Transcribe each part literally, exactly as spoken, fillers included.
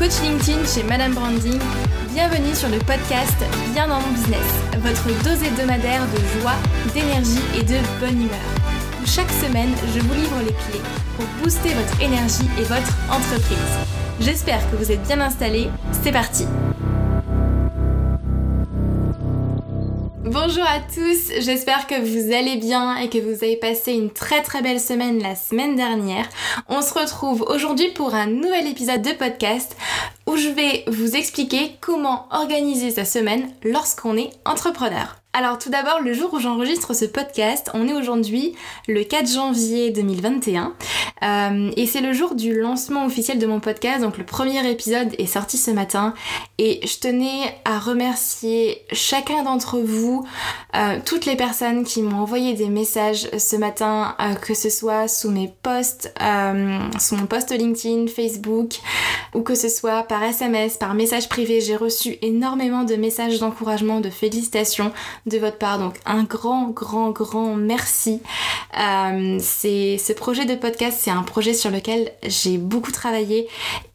coach LinkedIn chez Madame Branding. Bienvenue sur le podcast Bien dans mon business, votre dose hebdomadaire de joie, d'énergie et de bonne humeur. Chaque semaine, je vous livre les clés pour booster votre énergie et votre entreprise. J'espère que vous êtes bien installés, c'est parti! Bonjour à tous, j'espère que vous allez bien et que vous avez passé une très très belle semaine la semaine dernière. On se retrouve aujourd'hui pour un nouvel épisode de podcast où je vais vous expliquer comment organiser sa semaine lorsqu'on est entrepreneur. Alors tout d'abord, le jour où j'enregistre ce podcast, on est aujourd'hui le quatre janvier deux mille vingt et un euh, et c'est le jour du lancement officiel de mon podcast, donc le premier épisode est sorti ce matin et je tenais à remercier chacun d'entre vous, euh, toutes les personnes qui m'ont envoyé des messages ce matin, euh, que ce soit sous mes posts, euh, sous mon post LinkedIn, Facebook, ou que ce soit par S M S, par message privé. J'ai reçu énormément de messages d'encouragement, de félicitations de votre part, donc un grand grand grand merci. Euh, c'est, ce projet de podcast, c'est un projet sur lequel j'ai beaucoup travaillé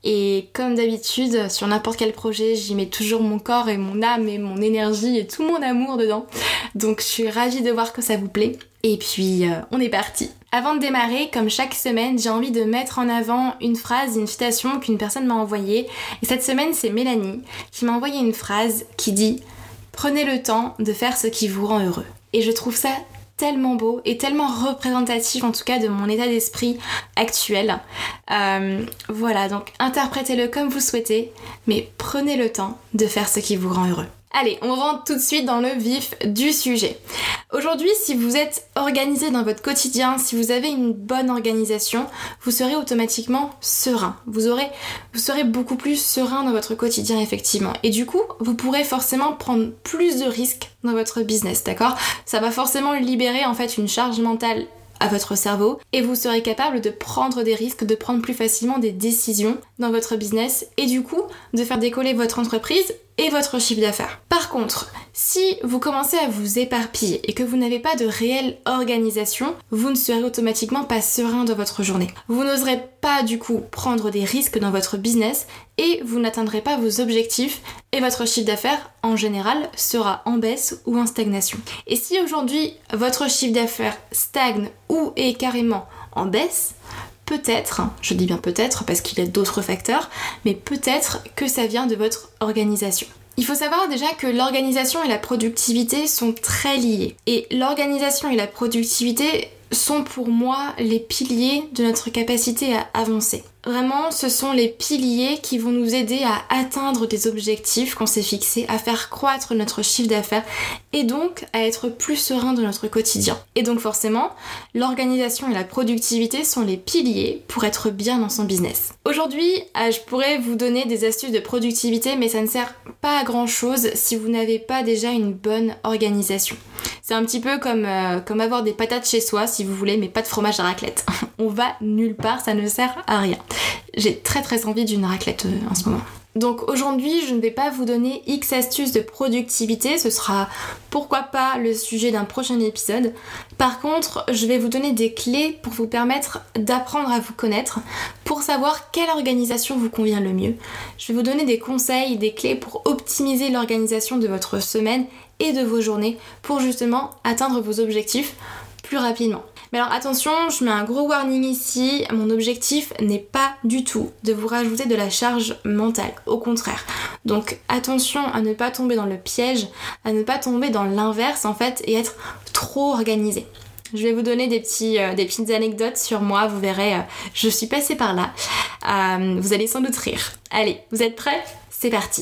et comme d'habitude sur n'importe quel projet, j'y mets toujours mon corps et mon âme et mon énergie et tout mon amour dedans, donc je suis ravie de voir que ça vous plaît. Et puis euh, on est parti. Avant de démarrer, comme chaque semaine, j'ai envie de mettre en avant une phrase, une citation qu'une personne m'a envoyée. Et cette semaine, c'est Mélanie qui m'a envoyé une phrase qui dit « Prenez le temps de faire ce qui vous rend heureux ». Et je trouve ça tellement beau et tellement représentatif en tout cas de mon état d'esprit actuel. Euh, voilà, donc interprétez-le comme vous souhaitez, mais prenez le temps de faire ce qui vous rend heureux. Allez, on rentre tout de suite dans le vif du sujet. Aujourd'hui, si vous êtes organisé dans votre quotidien, si vous avez une bonne organisation, vous serez automatiquement serein. Vous aurez, vous serez beaucoup plus serein dans votre quotidien, effectivement. Et du coup, vous pourrez forcément prendre plus de risques dans votre business, d'accord ? Ça va forcément libérer en fait une charge mentale à votre cerveau et vous serez capable de prendre des risques, de prendre plus facilement des décisions dans votre business et du coup de faire décoller votre entreprise et votre chiffre d'affaires. Par contre, si vous commencez à vous éparpiller et que vous n'avez pas de réelle organisation, vous ne serez automatiquement pas serein dans votre journée. Vous n'oserez pas du coup prendre des risques dans votre business et vous n'atteindrez pas vos objectifs et votre chiffre d'affaires en général sera en baisse ou en stagnation. Et si aujourd'hui votre chiffre d'affaires stagne ou est carrément en baisse, peut-être, je dis bien peut-être parce qu'il y a d'autres facteurs, mais peut-être que ça vient de votre organisation. Il faut savoir déjà que l'organisation et la productivité sont très liées. Et l'organisation et la productivité sont pour moi les piliers de notre capacité à avancer. Vraiment, ce sont les piliers qui vont nous aider à atteindre des objectifs qu'on s'est fixés, à faire croître notre chiffre d'affaires et donc à être plus serein dans notre quotidien. Et donc forcément, l'organisation et la productivité sont les piliers pour être bien dans son business. Aujourd'hui, je pourrais vous donner des astuces de productivité, mais ça ne sert pas à grand chose si vous n'avez pas déjà une bonne organisation. C'est un petit peu comme, euh, comme avoir des patates chez soi, si vous voulez, mais pas de fromage à raclette. On va nulle part, ça ne sert à rien. J'ai très très envie d'une raclette euh, en ce moment. Donc aujourd'hui, je ne vais pas vous donner X astuces de productivité, ce sera pourquoi pas le sujet d'un prochain épisode. Par contre, je vais vous donner des clés pour vous permettre d'apprendre à vous connaître, pour savoir quelle organisation vous convient le mieux. Je vais vous donner des conseils, des clés pour optimiser l'organisation de votre semaine et de vos journées pour justement atteindre vos objectifs plus rapidement. Mais alors attention, je mets un gros warning ici, mon objectif n'est pas du tout de vous rajouter de la charge mentale, au contraire. Donc attention à ne pas tomber dans le piège, à ne pas tomber dans l'inverse en fait et être trop organisé. Je vais vous donner des, petits, euh, des petites anecdotes sur moi, vous verrez, euh, je suis passée par là. Euh, vous allez sans doute rire. Allez, vous êtes prêts ? C'est parti.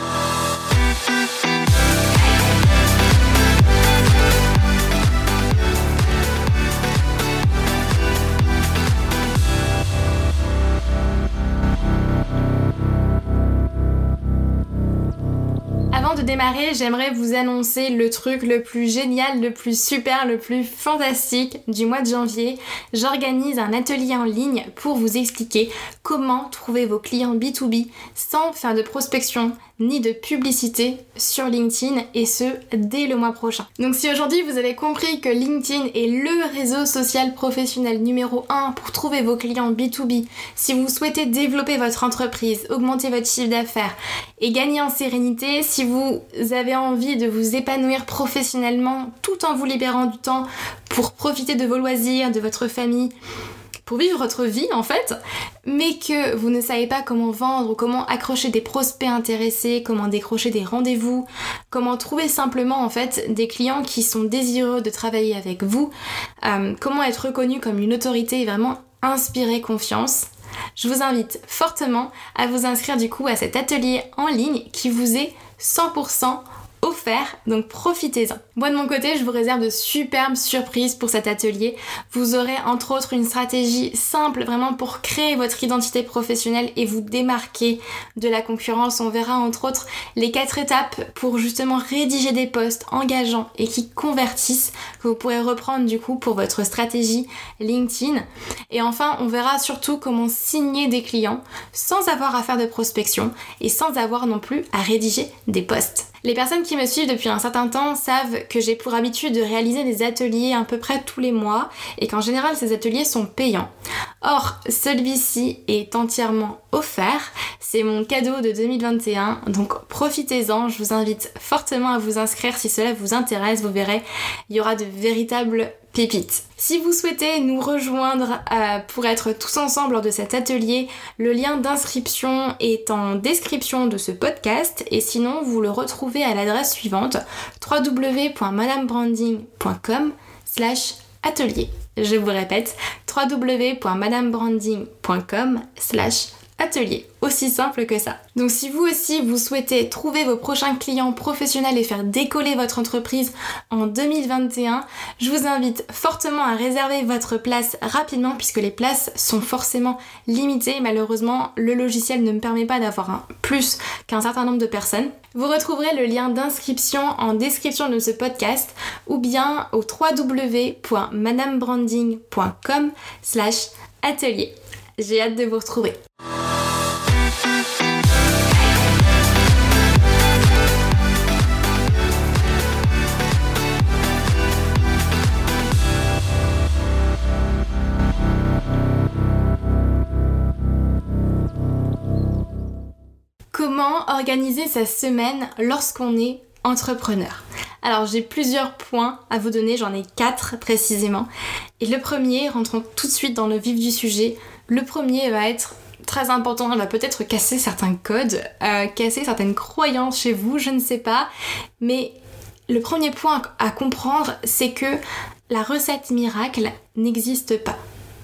De démarrer, j'aimerais vous annoncer le truc le plus génial, le plus super, le plus fantastique du mois de janvier. J'organise un atelier en ligne pour vous expliquer comment trouver vos clients B deux B sans faire de prospection ni de publicité sur LinkedIn, et ce, dès le mois prochain. Donc si aujourd'hui vous avez compris que LinkedIn est le réseau social professionnel numéro un pour trouver vos clients B deux B, si vous souhaitez développer votre entreprise, augmenter votre chiffre d'affaires et gagner en sérénité, si vous avez envie de vous épanouir professionnellement tout en vous libérant du temps pour profiter de vos loisirs, de votre famille, pour vivre votre vie en fait, mais que vous ne savez pas comment vendre, comment accrocher des prospects intéressés, comment décrocher des rendez-vous, comment trouver simplement en fait des clients qui sont désireux de travailler avec vous, euh, comment être reconnu comme une autorité et vraiment inspirer confiance, je vous invite fortement à vous inscrire du coup à cet atelier en ligne qui vous est cent pour cent offert, donc profitez-en. Moi de mon côté, je vous réserve de superbes surprises pour cet atelier. Vous aurez entre autres une stratégie simple vraiment pour créer votre identité professionnelle et vous démarquer de la concurrence. On verra entre autres les quatre étapes pour justement rédiger des posts engageants et qui convertissent, que vous pourrez reprendre du coup pour votre stratégie LinkedIn. Et enfin, on verra surtout comment signer des clients sans avoir à faire de prospection et sans avoir non plus à rédiger des posts. Les personnes qui me suivent depuis un certain temps savent que j'ai pour habitude de réaliser des ateliers à peu près tous les mois et qu'en général ces ateliers sont payants. Or, celui-ci est entièrement offert, c'est mon cadeau de deux mille vingt et un, donc profitez-en, je vous invite fortement à vous inscrire si cela vous intéresse, vous verrez, il y aura de véritables pépites. Si vous souhaitez nous rejoindre euh, pour être tous ensemble lors de cet atelier, le lien d'inscription est en description de ce podcast et sinon vous le retrouvez à l'adresse suivante w w w point madame branding point com slash atelier. Je vous répète, w w w point madame branding point com slash atelier. Aussi simple que ça. Donc si vous aussi vous souhaitez trouver vos prochains clients professionnels et faire décoller votre entreprise en deux mille vingt et un, je vous invite fortement à réserver votre place rapidement puisque les places sont forcément limitées. Malheureusement, le logiciel ne me permet pas d'avoir un plus qu'un certain nombre de personnes. Vous retrouverez le lien d'inscription en description de ce podcast ou bien au w w w point madame branding point com slash atelier. J'ai hâte de vous retrouver. Comment organiser sa semaine lorsqu'on est entrepreneur ? Alors j'ai plusieurs points à vous donner, j'en ai quatre précisément. Et le premier, rentrons tout de suite dans le vif du sujet, le premier va être très important, il va peut-être casser certains codes, euh, casser certaines croyances chez vous, je ne sais pas. Mais le premier point à comprendre, c'est que la recette miracle n'existe pas.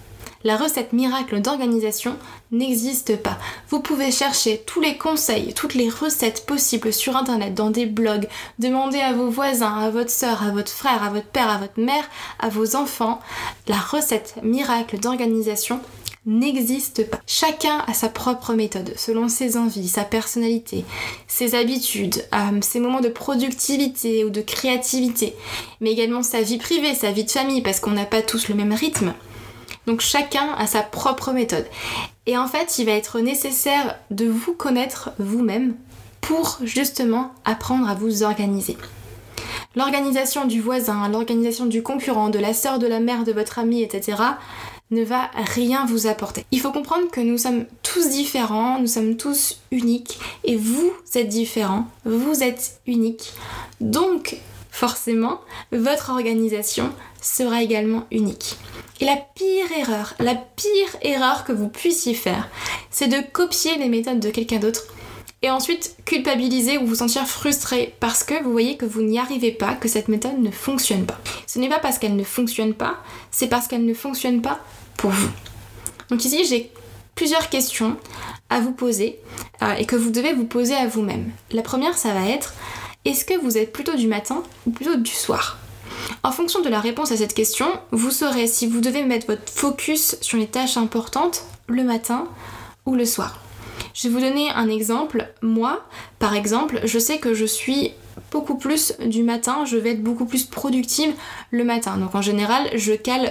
La recette miracle d'organisation n'existe pas. Vous pouvez chercher tous les conseils, toutes les recettes possibles sur internet, dans des blogs, demander à vos voisins, à votre sœur, à votre frère, à votre père, à votre mère, à vos enfants. La recette miracle d'organisation n'existe pas. Chacun a sa propre méthode, selon ses envies, sa personnalité, ses habitudes, euh, ses moments de productivité ou de créativité, mais également sa vie privée, sa vie de famille, parce qu'on n'a pas tous le même rythme. Donc chacun a sa propre méthode. Et en fait, il va être nécessaire de vous connaître vous-même pour justement apprendre à vous organiser. L'organisation du voisin, l'organisation du concurrent, de la sœur, de la mère, de votre ami, et cetera ne va rien vous apporter. Il faut comprendre que nous sommes tous différents, nous sommes tous uniques et vous êtes différents, vous êtes uniques. Donc, forcément, votre organisation sera également unique. Et la pire erreur, la pire erreur que vous puissiez faire, c'est de copier les méthodes de quelqu'un d'autre et ensuite culpabiliser ou vous sentir frustré parce que vous voyez que vous n'y arrivez pas, que cette méthode ne fonctionne pas. Ce n'est pas parce qu'elle ne fonctionne pas, c'est parce qu'elle ne fonctionne pas pour vous. Donc ici, j'ai plusieurs questions à vous poser euh, et que vous devez vous poser à vous-même. La première, ça va être, est-ce que vous êtes plutôt du matin ou plutôt du soir ? En fonction de la réponse à cette question, vous saurez si vous devez mettre votre focus sur les tâches importantes le matin ou le soir. Je vais vous donner un exemple. Moi, par exemple, je sais que je suis beaucoup plus du matin, je vais être beaucoup plus productive le matin. Donc en général, je cale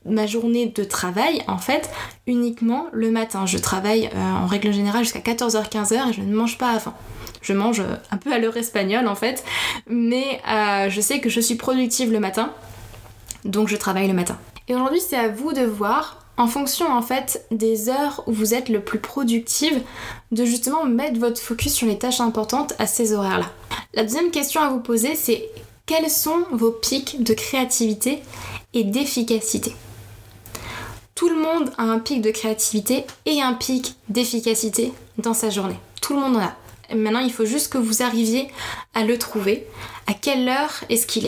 ma journée de travail en fait uniquement le matin. Je travaille euh, en règle générale jusqu'à quatorze heures quinze heures et je ne mange pas avant. Je mange un peu à l'heure espagnole en fait, mais euh, je sais que je suis productive le matin, donc je travaille le matin. Et aujourd'hui c'est à vous de voir, en fonction en fait des heures où vous êtes le plus productive, de justement mettre votre focus sur les tâches importantes à ces horaires-là. La deuxième question à vous poser, c'est quels sont vos pics de créativité et d'efficacité ? Tout le monde a un pic de créativité et un pic d'efficacité dans sa journée. Tout le monde en a. Maintenant, il faut juste que vous arriviez à le trouver. À quelle heure est-ce qu'il est ?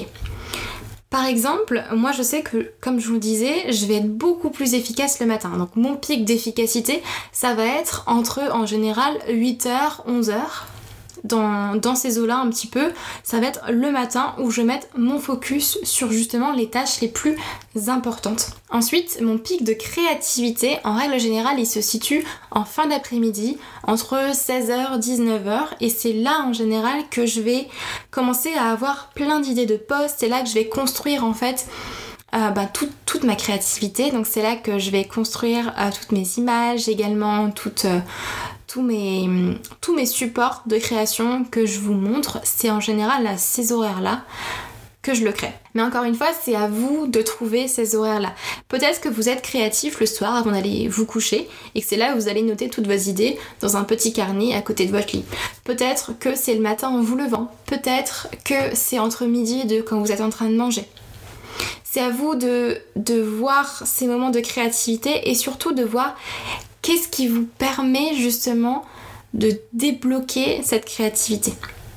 Par exemple, moi je sais que, comme je vous le disais, je vais être beaucoup plus efficace le matin. Donc mon pic d'efficacité, ça va être entre, en général, huit heures, onze heures. Dans, dans ces eaux-là un petit peu, ça va être le matin où je vais mettre mon focus sur justement les tâches les plus importantes. Ensuite, mon pic de créativité, en règle générale, il se situe en fin d'après-midi, entre seize heures et dix-neuf heures, et c'est là en général que je vais commencer à avoir plein d'idées de posts, c'est là que je vais construire en fait Euh, bah, tout, toute ma créativité. Donc c'est là que je vais construire euh, toutes mes images, également toutes, euh, tous, mes, tous mes supports de création que je vous montre. C'est en général à ces horaires-là que je le crée. Mais encore une fois, c'est à vous de trouver ces horaires-là. Peut-être que vous êtes créatif le soir avant d'aller vous coucher et que c'est là où vous allez noter toutes vos idées dans un petit carnet à côté de votre lit. Peut-être que c'est le matin en vous levant. Peut-être que c'est entre midi et deux quand vous êtes en train de manger. C'est à vous de, de voir ces moments de créativité et surtout de voir qu'est-ce qui vous permet justement de débloquer cette créativité.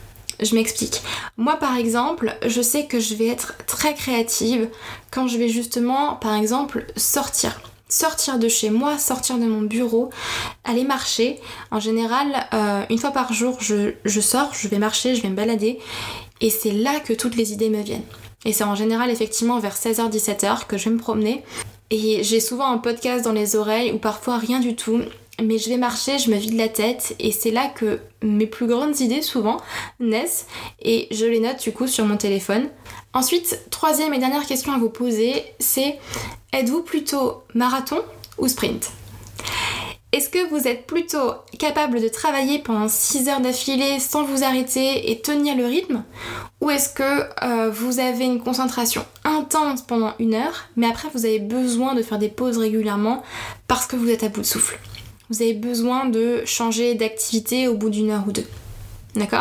Je m'explique. Moi par exemple, je sais que je vais être très créative quand je vais justement, par exemple, sortir. Sortir de chez moi, sortir de mon bureau, aller marcher. En général, euh, une fois par jour, je, je sors, je vais marcher, je vais me balader et c'est là que toutes les idées me viennent. Et c'est en général effectivement vers seize heures dix-sept heures que je vais me promener. Et j'ai souvent un podcast dans les oreilles ou parfois rien du tout. Mais je vais marcher, je me vide la tête et c'est là que mes plus grandes idées souvent naissent et je les note du coup sur mon téléphone. Ensuite, troisième et dernière question à vous poser, c'est êtes-vous plutôt marathon ou sprint ? Est-ce que vous êtes plutôt capable de travailler pendant six heures d'affilée sans vous arrêter et tenir le rythme ? Ou est-ce que euh, vous avez une concentration intense pendant une heure, mais après vous avez besoin de faire des pauses régulièrement parce que vous êtes à bout de souffle ? Vous avez besoin de changer d'activité au bout d'une heure ou deux. D'accord ?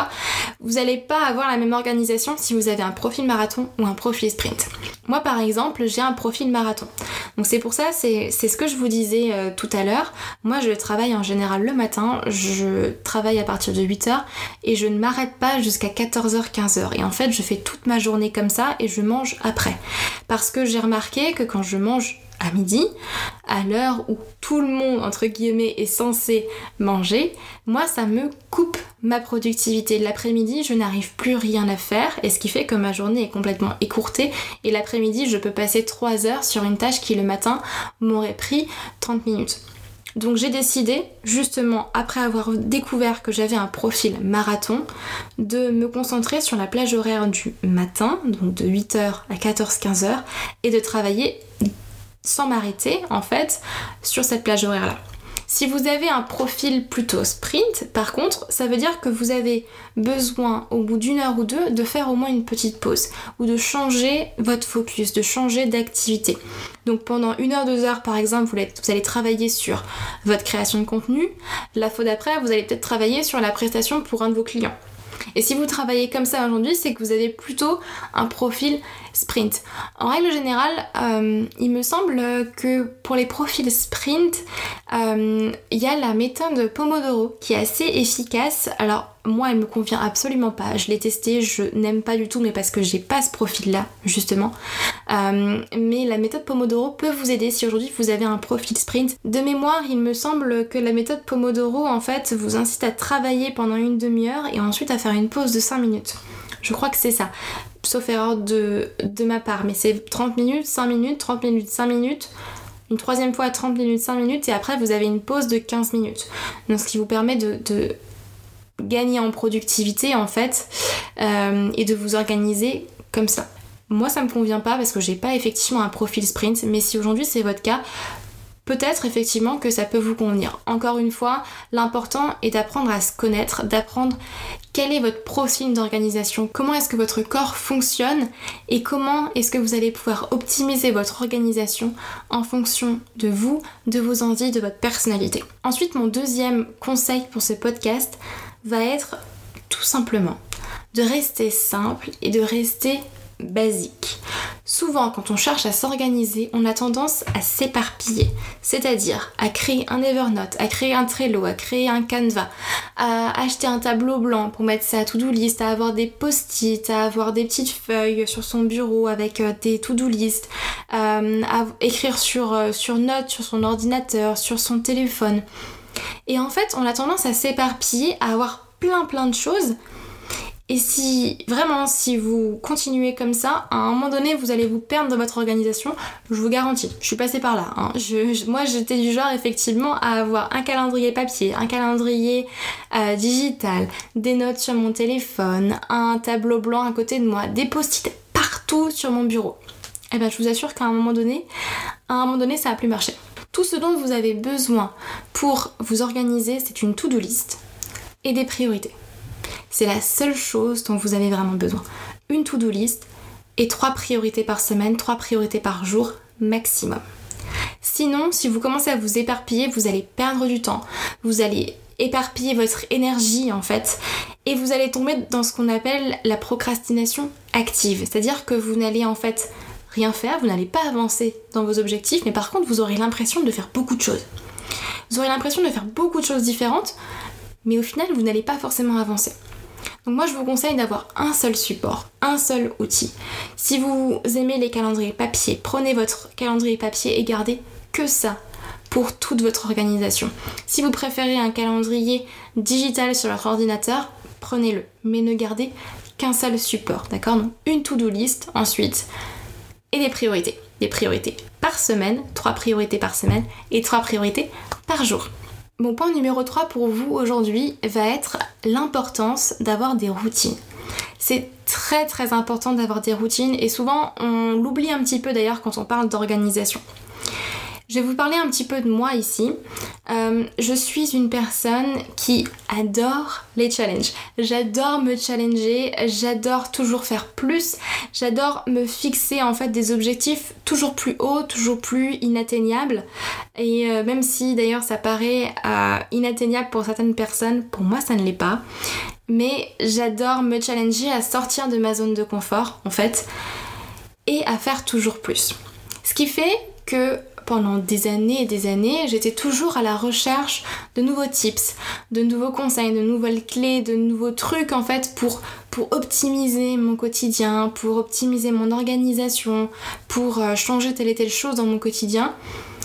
Vous n'allez pas avoir la même organisation si vous avez un profil marathon ou un profil sprint. Moi par exemple, j'ai un profil marathon. Donc c'est pour ça, c'est, c'est ce que je vous disais euh, tout à l'heure. Moi je travaille en général le matin, je travaille à partir de huit heures et je ne m'arrête pas jusqu'à quatorze heures quinze heures. Et en fait je fais toute ma journée comme ça et je mange après. Parce que j'ai remarqué que quand je mange à midi, à l'heure où tout le monde, entre guillemets, est censé manger, moi ça me coupe ma productivité. L'après-midi, je n'arrive plus rien à faire et ce qui fait que ma journée est complètement écourtée et l'après-midi, je peux passer trois heures sur une tâche qui le matin m'aurait pris trente minutes. Donc j'ai décidé, justement, après avoir découvert que j'avais un profil marathon, de me concentrer sur la plage horaire du matin, donc de huit heures à quatorze quinze heures, et de travailler sans m'arrêter en fait sur cette plage horaire là. Si vous avez un profil plutôt sprint, par contre, ça veut dire que vous avez besoin au bout d'une heure ou deux de faire au moins une petite pause ou de changer votre focus, de changer d'activité. Donc pendant une heure, deux heures par exemple, vous allez, vous allez travailler sur votre création de contenu. La fois d'après, vous allez peut-être travailler sur la prestation pour un de vos clients. Et si vous travaillez comme ça aujourd'hui, c'est que vous avez plutôt un profil sprint. En règle générale, euh, il me semble que pour les profils sprint, euh, il y a la méthode Pomodoro qui est assez efficace. Alors moi, elle me convient absolument pas. Je l'ai testée, je n'aime pas du tout, mais parce que j'ai pas ce profil-là, justement. Euh, mais la méthode Pomodoro peut vous aider si aujourd'hui vous avez un profil sprint. De mémoire, il me semble que la méthode Pomodoro, en fait, vous incite à travailler pendant une demi-heure et ensuite à faire une pause de cinq minutes. Je crois que c'est ça. Sauf erreur de, de ma part, mais c'est trente minutes, cinq minutes, trente minutes, cinq minutes, une troisième fois trente minutes, cinq minutes, et après vous avez une pause de quinze minutes. Donc ce qui vous permet de, de gagner en productivité en fait, euh, et de vous organiser comme ça. Moi ça me convient pas parce que j'ai pas effectivement un profil sprint, mais si aujourd'hui c'est votre cas, peut-être effectivement que ça peut vous convenir. Encore une fois, l'important est d'apprendre à se connaître, d'apprendre quel est votre profil d'organisation, comment est-ce que votre corps fonctionne et comment est-ce que vous allez pouvoir optimiser votre organisation en fonction de vous, de vos envies, de votre personnalité. Ensuite, mon deuxième conseil pour ce podcast va être tout simplement de rester simple et de rester basique. Souvent, quand on cherche à s'organiser, on a tendance à s'éparpiller, c'est-à-dire à créer un Evernote, à créer un Trello, à créer un Canva, à acheter un tableau blanc pour mettre sa to-do list, à avoir des post-it, à avoir des petites feuilles sur son bureau avec des to-do list, euh, à écrire sur, euh, sur notes, sur son ordinateur, sur son téléphone. Et en fait, on a tendance à s'éparpiller, à avoir plein plein de choses. Et si, vraiment, si vous continuez comme ça, à un moment donné, vous allez vous perdre dans votre organisation, je vous garantis. Je suis passée par là. Hein. Je, je, moi, j'étais du genre, effectivement, à avoir un calendrier papier, un calendrier euh, digital, des notes sur mon téléphone, un tableau blanc à côté de moi, des post-it partout sur mon bureau. Et ben, je vous assure qu'à un moment donné, à un moment donné, ça n'a plus marché. Tout ce dont vous avez besoin pour vous organiser, c'est une to-do list et des priorités. C'est la seule chose dont vous avez vraiment besoin. Une to-do list et trois priorités par semaine, trois priorités par jour maximum. Sinon, si vous commencez à vous éparpiller, vous allez perdre du temps. Vous allez éparpiller votre énergie en fait et vous allez tomber dans ce qu'on appelle la procrastination active. C'est-à-dire que vous n'allez en fait rien faire, vous n'allez pas avancer dans vos objectifs, mais par contre vous aurez l'impression de faire beaucoup de choses. Vous aurez l'impression de faire beaucoup de choses différentes, mais au final vous n'allez pas forcément avancer. Donc moi je vous conseille d'avoir un seul support, un seul outil. Si vous aimez les calendriers papier, prenez votre calendrier papier et gardez que ça pour toute votre organisation. Si vous préférez un calendrier digital sur votre ordinateur, prenez-le, mais ne gardez qu'un seul support, d'accord? Donc une to-do list ensuite et des priorités. Des priorités par semaine, trois priorités par semaine et trois priorités par jour. Mon point numéro trois pour vous aujourd'hui va être l'importance d'avoir des routines. C'est très très important d'avoir des routines et souvent on l'oublie un petit peu d'ailleurs quand on parle d'organisation. Je vais vous parler un petit peu de moi ici. Euh, je suis une personne qui adore les challenges. J'adore me challenger, j'adore toujours faire plus, j'adore me fixer en fait des objectifs toujours plus hauts, toujours plus inatteignables. Et euh, même si d'ailleurs ça paraît euh, inatteignable pour certaines personnes, pour moi ça ne l'est pas. Mais j'adore me challenger à sortir de ma zone de confort en fait et à faire toujours plus. Ce qui fait que pendant des années et des années, j'étais toujours à la recherche de nouveaux tips, de nouveaux conseils, de nouvelles clés, de nouveaux trucs en fait pour, pour optimiser mon quotidien, pour optimiser mon organisation, pour euh, changer telle et telle chose dans mon quotidien.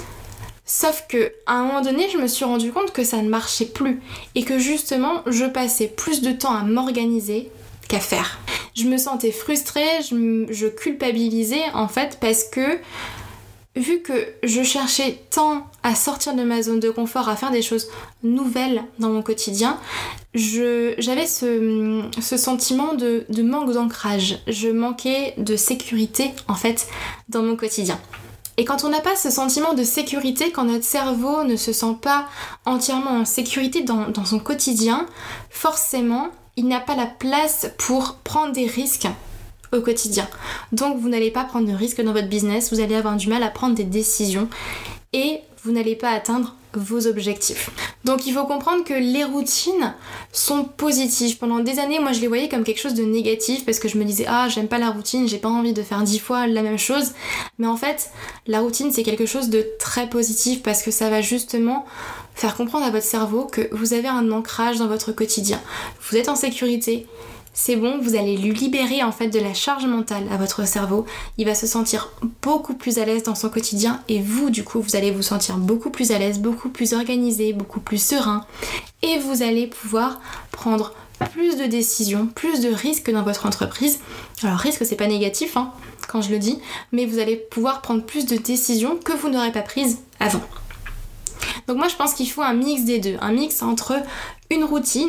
Sauf que à un moment donné, je me suis rendu compte que ça ne marchait plus et que justement, je passais plus de temps à m'organiser qu'à faire. Je me sentais frustrée, je, je culpabilisais en fait parce que vu que je cherchais tant à sortir de ma zone de confort, à faire des choses nouvelles dans mon quotidien, je, j'avais ce, ce sentiment de, de manque d'ancrage. Je manquais de sécurité en fait dans mon quotidien. Et quand on n'a pas ce sentiment de sécurité, quand notre cerveau ne se sent pas entièrement en sécurité dans, dans son quotidien, forcément, il n'a pas la place pour prendre des risques au quotidien. Donc vous n'allez pas prendre de risques dans votre business, vous allez avoir du mal à prendre des décisions et vous n'allez pas atteindre vos objectifs. Donc il faut comprendre que les routines sont positives. Pendant des années, moi je les voyais comme quelque chose de négatif parce que je me disais ah j'aime pas la routine, j'ai pas envie de faire dix fois la même chose. Mais en fait, la routine c'est quelque chose de très positif parce que ça va justement faire comprendre à votre cerveau que vous avez un ancrage dans votre quotidien. Vous êtes en sécurité. C'est bon, vous allez lui libérer en fait de la charge mentale à votre cerveau. Il va se sentir beaucoup plus à l'aise dans son quotidien et vous du coup vous allez vous sentir beaucoup plus à l'aise, beaucoup plus organisé, beaucoup plus serein et vous allez pouvoir prendre plus de décisions, plus de risques dans votre entreprise. Alors risque c'est pas négatif hein, quand je le dis, mais vous allez pouvoir prendre plus de décisions que vous n'aurez pas prises avant. Donc moi je pense qu'il faut un mix des deux, un mix entre une routine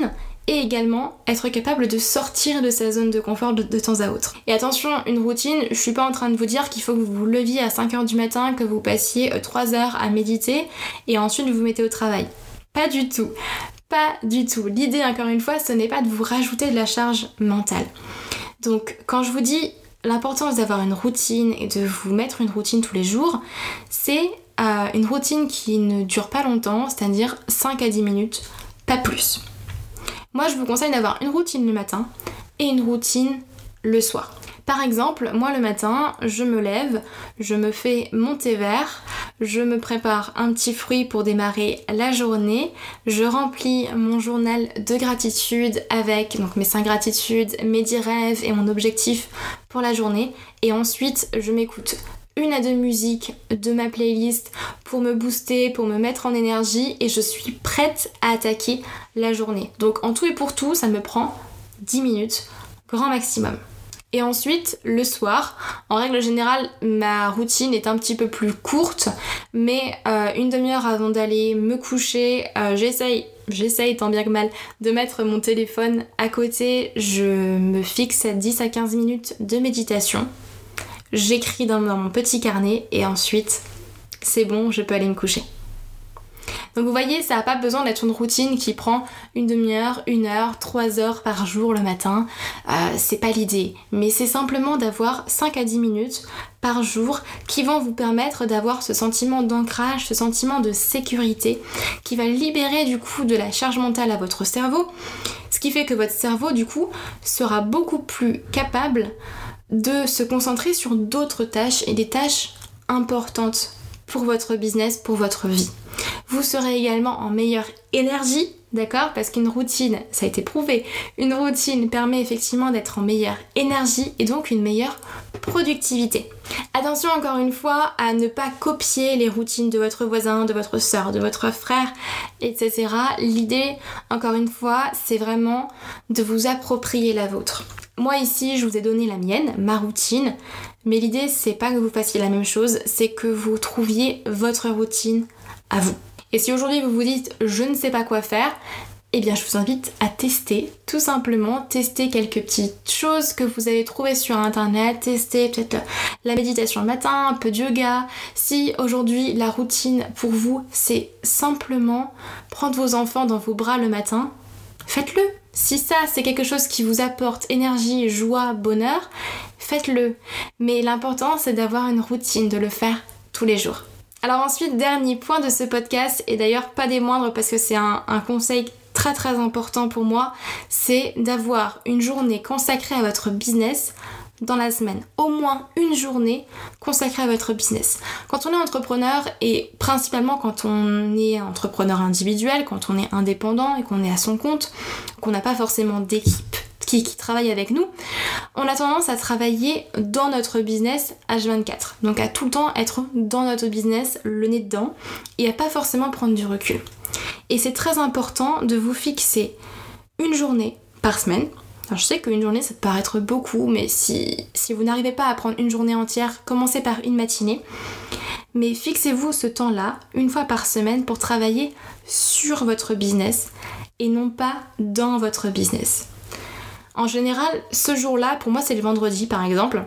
et également être capable de sortir de sa zone de confort de, de temps à autre. Et attention, une routine, je suis pas en train de vous dire qu'il faut que vous vous leviez à cinq heures du matin, que vous passiez trois heures à méditer et ensuite vous vous mettez au travail. Pas du tout. Pas du tout. L'idée, encore une fois, ce n'est pas de vous rajouter de la charge mentale. Donc, quand je vous dis l'importance d'avoir une routine et de vous mettre une routine tous les jours, c'est euh, une routine qui ne dure pas longtemps, c'est-à-dire cinq à dix minutes, pas plus. Moi, je vous conseille d'avoir une routine le matin et une routine le soir. Par exemple, moi le matin, je me lève, je me fais mon thé vert, je me prépare un petit fruit pour démarrer la journée, je remplis mon journal de gratitude avec donc mes cinq gratitudes, mes dix rêves et mon objectif pour la journée, et ensuite je m'écoute une à deux musiques de ma playlist pour me booster, pour me mettre en énergie, et je suis prête à attaquer la journée. Donc en tout et pour tout, ça me prend dix minutes, grand maximum. Et ensuite, le soir, en règle générale, ma routine est un petit peu plus courte, mais euh, une demi-heure avant d'aller me coucher, euh, j'essaye, j'essaye tant bien que mal, de mettre mon téléphone à côté. Je me fixe à dix à quinze minutes de méditation. J'écris dans, dans mon petit carnet et ensuite, c'est bon, je peux aller me coucher. Donc vous voyez, ça n'a pas besoin d'être une routine qui prend une demi-heure, une heure, trois heures par jour le matin. Euh, c'est pas l'idée. Mais c'est simplement d'avoir cinq à dix minutes par jour qui vont vous permettre d'avoir ce sentiment d'ancrage, ce sentiment de sécurité qui va libérer du coup de la charge mentale à votre cerveau. Ce qui fait que votre cerveau du coup sera beaucoup plus capable de se concentrer sur d'autres tâches et des tâches importantes pour votre business, pour votre vie. Vous serez également en meilleure énergie, d'accord ? Parce qu'une routine, ça a été prouvé, une routine permet effectivement d'être en meilleure énergie et donc une meilleure productivité. Attention encore une fois à ne pas copier les routines de votre voisin, de votre soeur, de votre frère, et cetera. L'idée, encore une fois, c'est vraiment de vous approprier la vôtre. Moi ici, je vous ai donné la mienne, ma routine, mais l'idée, c'est pas que vous fassiez la même chose, c'est que vous trouviez votre routine à vous. Et si aujourd'hui vous vous dites « je ne sais pas quoi faire », eh bien je vous invite à tester, tout simplement, tester quelques petites choses que vous avez trouvées sur internet, tester peut-être la méditation le matin, un peu de yoga. Si aujourd'hui la routine pour vous c'est simplement prendre vos enfants dans vos bras le matin, faites-le. Si ça c'est quelque chose qui vous apporte énergie, joie, bonheur, faites-le. Mais l'important c'est d'avoir une routine, de le faire tous les jours. Alors ensuite, dernier point de ce podcast, et d'ailleurs pas des moindres parce que c'est un, un conseil très très important pour moi, c'est d'avoir une journée consacrée à votre business dans la semaine. Au moins une journée consacrée à votre business. Quand on est entrepreneur, et principalement quand on est entrepreneur individuel, quand on est indépendant et qu'on est à son compte, qu'on n'a pas forcément d'équipe Qui, qui travaillent avec nous, on a tendance à travailler dans notre business H vingt-quatre. Donc à tout le temps être dans notre business, le nez dedans, et à pas forcément prendre du recul. Et c'est très important de vous fixer une journée par semaine. Alors je sais qu'une journée ça peut paraître beaucoup, mais si, si vous n'arrivez pas à prendre une journée entière, commencez par une matinée. Mais fixez-vous ce temps-là, une fois par semaine, pour travailler sur votre business et non pas dans votre business. En général, ce jour-là, pour moi c'est le vendredi par exemple,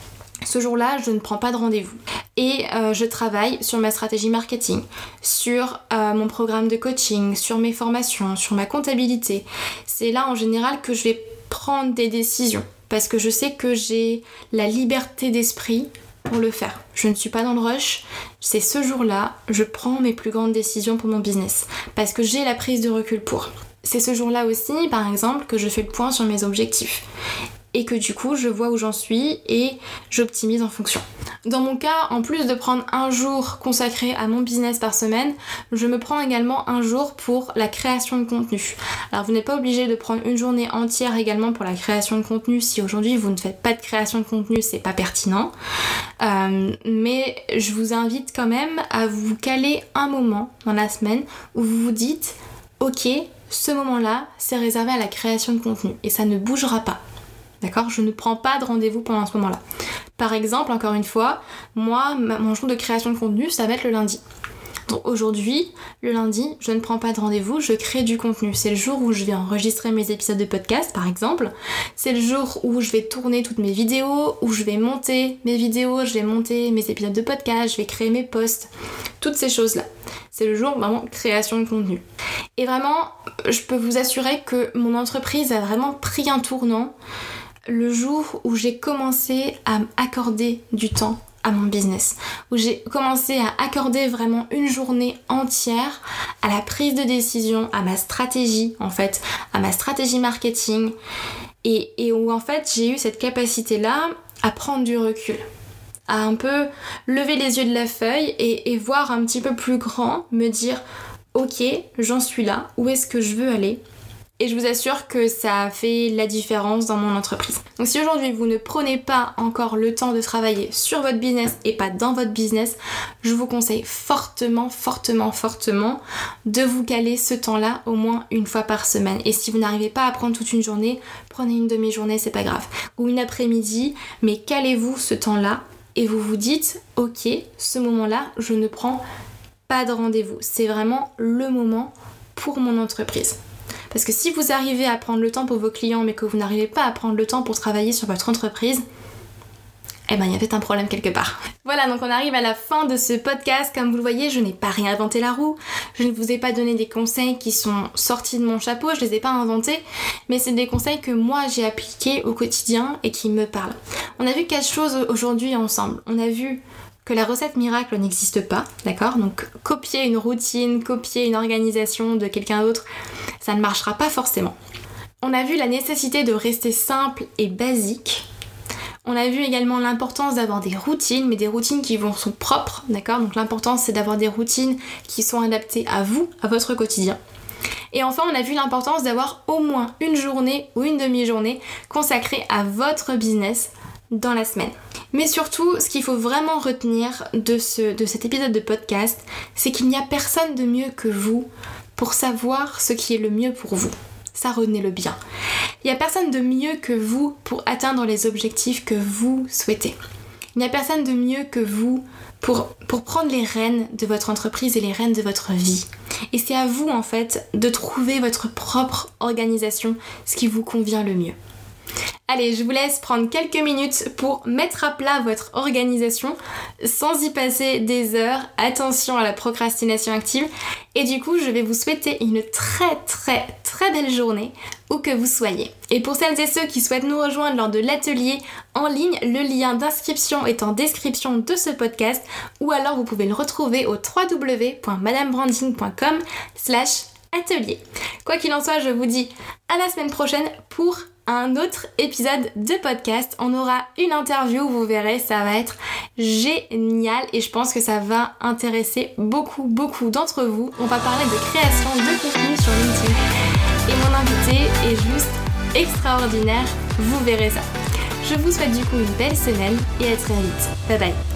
ce jour-là je ne prends pas de rendez-vous et euh, je travaille sur ma stratégie marketing, sur euh, mon programme de coaching, sur mes formations, sur ma comptabilité. C'est là en général que je vais prendre des décisions parce que je sais que j'ai la liberté d'esprit pour le faire. Je ne suis pas dans le rush, c'est ce jour-là, je prends mes plus grandes décisions pour mon business parce que j'ai la prise de recul pour. C'est ce jour-là aussi, par exemple, que je fais le point sur mes objectifs et que du coup, je vois où j'en suis et j'optimise en fonction. Dans mon cas, en plus de prendre un jour consacré à mon business par semaine, je me prends également un jour pour la création de contenu. Alors, vous n'êtes pas obligé de prendre une journée entière également pour la création de contenu. Si aujourd'hui, vous ne faites pas de création de contenu, c'est pas pertinent. Euh, mais je vous invite quand même à vous caler un moment dans la semaine où vous vous dites « Ok, ce moment-là, c'est réservé à la création de contenu et ça ne bougera pas. » D'accord ? Je ne prends pas de rendez-vous pendant ce moment-là. Par exemple, encore une fois, moi, mon jour de création de contenu, ça va être le lundi. Donc aujourd'hui, le lundi, je ne prends pas de rendez-vous, je crée du contenu. C'est le jour où je vais enregistrer mes épisodes de podcast par exemple. C'est le jour où je vais tourner toutes mes vidéos, où je vais monter mes vidéos, je vais monter mes épisodes de podcast, je vais créer mes posts, toutes ces choses-là. C'est le jour vraiment création de contenu. Et vraiment, je peux vous assurer que mon entreprise a vraiment pris un tournant le jour où j'ai commencé à m'accorder du temps à mon business, où j'ai commencé à accorder vraiment une journée entière à la prise de décision, à ma stratégie en fait, à ma stratégie marketing et, et où en fait j'ai eu cette capacité-là à prendre du recul, à un peu lever les yeux de la feuille et, et voir un petit peu plus grand, me dire ok, j'en suis là, où est-ce que je veux aller ? Et je vous assure que ça a fait la différence dans mon entreprise. Donc si aujourd'hui vous ne prenez pas encore le temps de travailler sur votre business et pas dans votre business, je vous conseille fortement, fortement, fortement de vous caler ce temps-là au moins une fois par semaine. Et si vous n'arrivez pas à prendre toute une journée, prenez une demi-journée, c'est pas grave. Ou une après-midi, mais calez-vous ce temps-là et vous vous dites, ok, ce moment-là, je ne prends pas de rendez-vous. C'est vraiment le moment pour mon entreprise. Parce que si vous arrivez à prendre le temps pour vos clients mais que vous n'arrivez pas à prendre le temps pour travailler sur votre entreprise, eh ben il y a peut-être un problème quelque part. Voilà, donc on arrive à la fin de ce podcast. Comme vous le voyez, je n'ai pas réinventé la roue. Je ne vous ai pas donné des conseils qui sont sortis de mon chapeau, je les ai pas inventés, mais c'est des conseils que moi j'ai appliqués au quotidien et qui me parlent. On a vu quatre choses aujourd'hui ensemble. On a vu que la recette miracle n'existe pas, d'accord ? Donc copier une routine, copier une organisation de quelqu'un d'autre, ça ne marchera pas forcément. On a vu la nécessité de rester simple et basique. On a vu également l'importance d'avoir des routines, mais des routines qui vont sont propres, d'accord ? Donc l'importance c'est d'avoir des routines qui sont adaptées à vous, à votre quotidien. Et enfin, on a vu l'importance d'avoir au moins une journée ou une demi-journée consacrée à votre business dans la semaine. Mais surtout, ce qu'il faut vraiment retenir de, ce, de cet épisode de podcast, c'est qu'il n'y a personne de mieux que vous pour savoir ce qui est le mieux pour vous. Ça, retenez-le bien. Il n'y a personne de mieux que vous pour atteindre les objectifs que vous souhaitez. Il n'y a personne de mieux que vous pour, pour prendre les rênes de votre entreprise et les rênes de votre vie. Et c'est à vous, en fait, de trouver votre propre organisation, ce qui vous convient le mieux. Allez, je vous laisse prendre quelques minutes pour mettre à plat votre organisation sans y passer des heures. Attention à la procrastination active. Et du coup, je vais vous souhaiter une très très très belle journée où que vous soyez. Et pour celles et ceux qui souhaitent nous rejoindre lors de l'atelier en ligne, le lien d'inscription est en description de ce podcast ou alors vous pouvez le retrouver au w w w point madame branding point com slash atelier. Quoi qu'il en soit, je vous dis à la semaine prochaine pour un autre épisode de podcast. On aura une interview, vous verrez, ça va être génial et je pense que ça va intéresser beaucoup, beaucoup d'entre vous. On va parler de création de contenu sur LinkedIn et mon invité est juste extraordinaire, vous verrez ça. Je vous souhaite du coup une belle semaine et à très vite. Bye bye.